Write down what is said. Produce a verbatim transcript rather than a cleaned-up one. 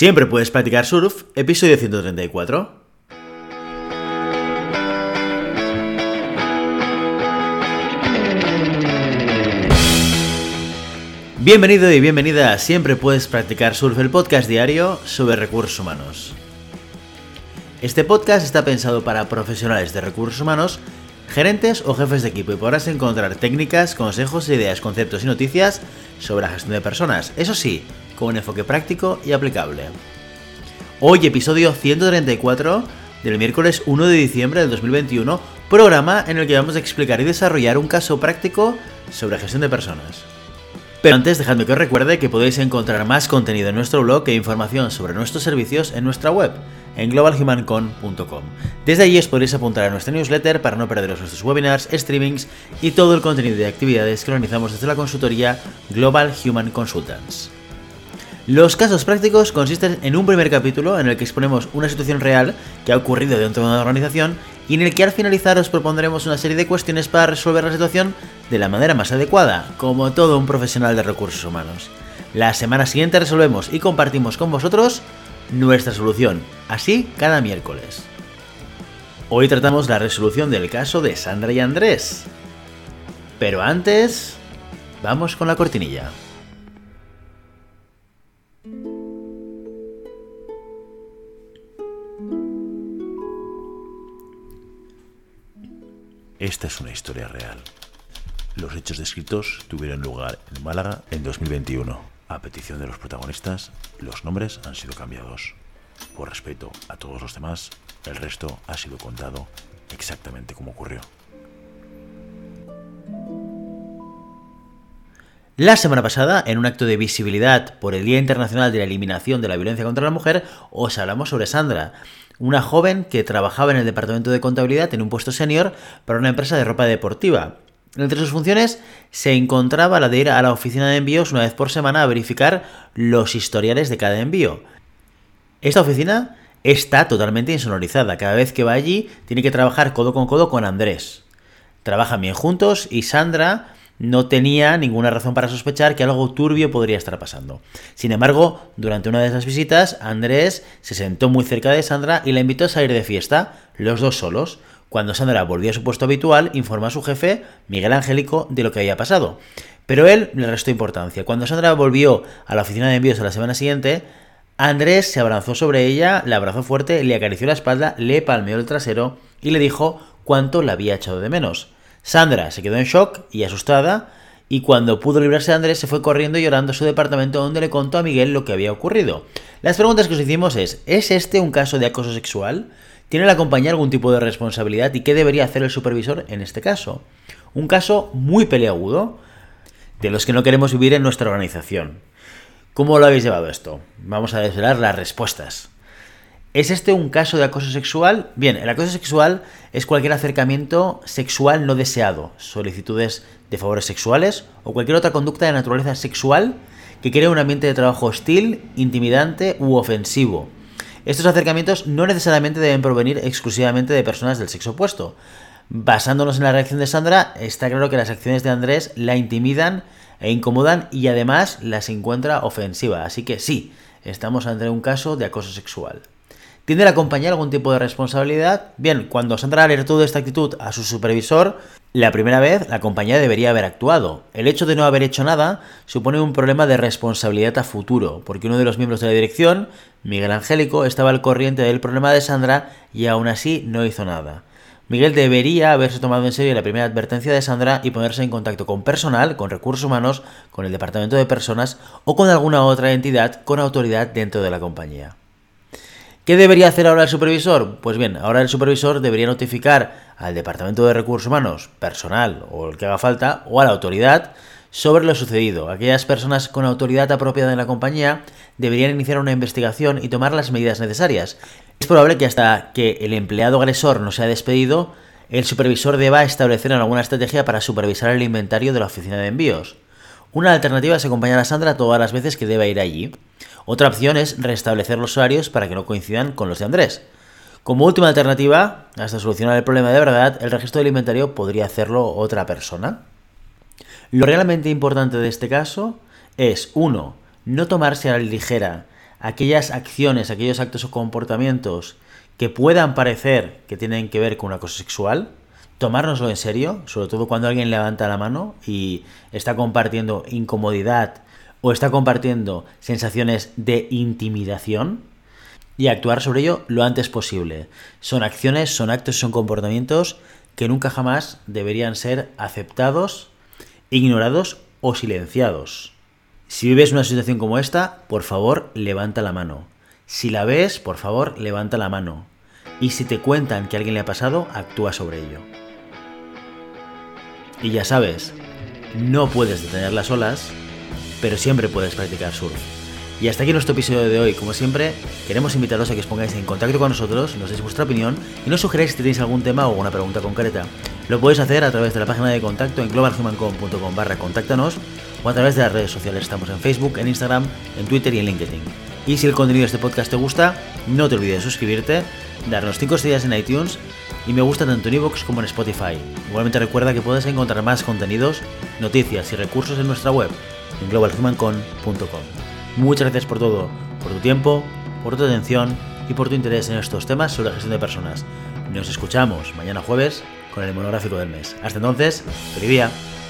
Siempre puedes practicar surf, episodio ciento treinta y cuatro. Bienvenido y bienvenida a Siempre puedes practicar surf, el podcast diario sobre recursos humanos. Este podcast está pensado para profesionales de recursos humanos, gerentes o jefes de equipo, y podrás encontrar técnicas, consejos, ideas, conceptos y noticias sobre la gestión de personas, eso sí, con un enfoque práctico y aplicable. Hoy episodio ciento treinta y cuatro del miércoles uno de diciembre del dos mil veintiuno, programa en el que vamos a explicar y desarrollar un caso práctico sobre gestión de personas. Pero antes, dejadme que os recuerde que podéis encontrar más contenido en nuestro blog e información sobre nuestros servicios en nuestra web, en global human con punto com. Desde allí os podréis apuntar a nuestra newsletter para no perderos nuestros webinars, streamings y todo el contenido de actividades que organizamos desde la consultoría Global Human Consultants. Los casos prácticos consisten en un primer capítulo en el que exponemos una situación real que ha ocurrido dentro de una organización y en el que al finalizar os propondremos una serie de cuestiones para resolver la situación de la manera más adecuada, como todo un profesional de recursos humanos. La semana siguiente resolvemos y compartimos con vosotros nuestra solución, así cada miércoles. Hoy tratamos la resolución del caso de Sandra y Andrés. Pero antes, vamos con la cortinilla. Esta es una historia real. Los hechos descritos tuvieron lugar en Málaga en dos mil veintiuno. A petición de los protagonistas, los nombres han sido cambiados. Por respeto a todos los demás, el resto ha sido contado exactamente como ocurrió. La semana pasada, en un acto de visibilidad por el Día Internacional de la Eliminación de la Violencia contra la Mujer, os hablamos sobre Sandra, una joven que trabajaba en el departamento de contabilidad en un puesto senior para una empresa de ropa deportiva. Entre sus funciones se encontraba la de ir a la oficina de envíos una vez por semana a verificar los historiales de cada envío. Esta oficina está totalmente insonorizada. Cada vez que va allí tiene que trabajar codo con codo con Andrés. Trabajan bien juntos y Sandra no tenía ninguna razón para sospechar que algo turbio podría estar pasando. Sin embargo, durante una de esas visitas, Andrés se sentó muy cerca de Sandra y la invitó a salir de fiesta, los dos solos. Cuando Sandra volvió a su puesto habitual, informó a su jefe, Miguel Angélico, de lo que había pasado. Pero él le restó importancia. Cuando Sandra volvió a la oficina de envíos a la semana siguiente, Andrés se abalanzó sobre ella, la abrazó fuerte, le acarició la espalda, le palmeó el trasero y le dijo cuánto la había echado de menos. Sandra se quedó en shock y asustada, y cuando pudo librarse de Andrés se fue corriendo y llorando a su departamento, donde le contó a Miguel lo que había ocurrido. Las preguntas que os hicimos es: ¿es este un caso de acoso sexual? ¿Tiene la compañía algún tipo de responsabilidad? ¿Y qué debería hacer el supervisor en este caso? Un caso muy peliagudo, de los que no queremos vivir en nuestra organización. ¿Cómo lo habéis llevado esto? Vamos a desvelar las respuestas. ¿Es este un caso de acoso sexual? Bien, el acoso sexual es cualquier acercamiento sexual no deseado, solicitudes de favores sexuales o cualquier otra conducta de naturaleza sexual que cree un ambiente de trabajo hostil, intimidante u ofensivo. Estos acercamientos no necesariamente deben provenir exclusivamente de personas del sexo opuesto. Basándonos en la reacción de Sandra, está claro que las acciones de Andrés la intimidan e incomodan y además las encuentra ofensiva. Así que sí, estamos ante un caso de acoso sexual. ¿Tiene la compañía algún tipo de responsabilidad? Bien, cuando Sandra alertó de esta actitud a su supervisor, la primera vez la compañía debería haber actuado. El hecho de no haber hecho nada supone un problema de responsabilidad a futuro, porque uno de los miembros de la dirección, Miguel Angélico, estaba al corriente del problema de Sandra y aún así no hizo nada. Miguel debería haberse tomado en serio la primera advertencia de Sandra y ponerse en contacto con personal, con recursos humanos, con el departamento de personas o con alguna otra entidad con autoridad dentro de la compañía. ¿Qué debería hacer ahora el supervisor? Pues bien, ahora el supervisor debería notificar al Departamento de Recursos Humanos, personal o el que haga falta, o a la autoridad sobre lo sucedido. Aquellas personas con autoridad apropiada en la compañía deberían iniciar una investigación y tomar las medidas necesarias. Es probable que hasta que el empleado agresor no sea despedido, el supervisor deba establecer alguna estrategia para supervisar el inventario de la oficina de envíos. Una alternativa es acompañar a Sandra todas las veces que deba ir allí. Otra opción es restablecer los horarios para que no coincidan con los de Andrés. Como última alternativa, hasta solucionar el problema de verdad, el registro del inventario podría hacerlo otra persona. Lo realmente importante de este caso es, uno, no tomarse a la ligera aquellas acciones, aquellos actos o comportamientos que puedan parecer que tienen que ver con un acoso sexual, tomárnoslo en serio, sobre todo cuando alguien levanta la mano y está compartiendo incomodidad o está compartiendo sensaciones de intimidación, y actuar sobre ello lo antes posible. Son acciones, son actos, son comportamientos que nunca jamás deberían ser aceptados, ignorados o silenciados. Si vives una situación como esta, por favor, levanta la mano. Si la ves, por favor, levanta la mano. Y si te cuentan que a alguien le ha pasado, actúa sobre ello. Y ya sabes, no puedes detener las olas, pero siempre puedes practicar surf. Y hasta aquí nuestro episodio de hoy. Como siempre, queremos invitaros a que os pongáis en contacto con nosotros, nos deis vuestra opinión y nos sugeráis si tenéis algún tema o alguna pregunta concreta. Lo podéis hacer a través de la página de contacto en global human com punto com barra contáctanos o a través de las redes sociales. Estamos en Facebook, en Instagram, en Twitter y en LinkedIn. Y si el contenido de este podcast te gusta, no te olvides de suscribirte, darnos cinco estrellas en iTunes y me gusta tanto en iVoox como en Spotify. Igualmente recuerda que puedes encontrar más contenidos, noticias y recursos en nuestra web, en global human com punto com. Muchas gracias por todo, por tu tiempo, por tu atención y por tu interés en estos temas sobre la gestión de personas. Nos escuchamos mañana jueves con el monográfico del mes. Hasta entonces, feliz día.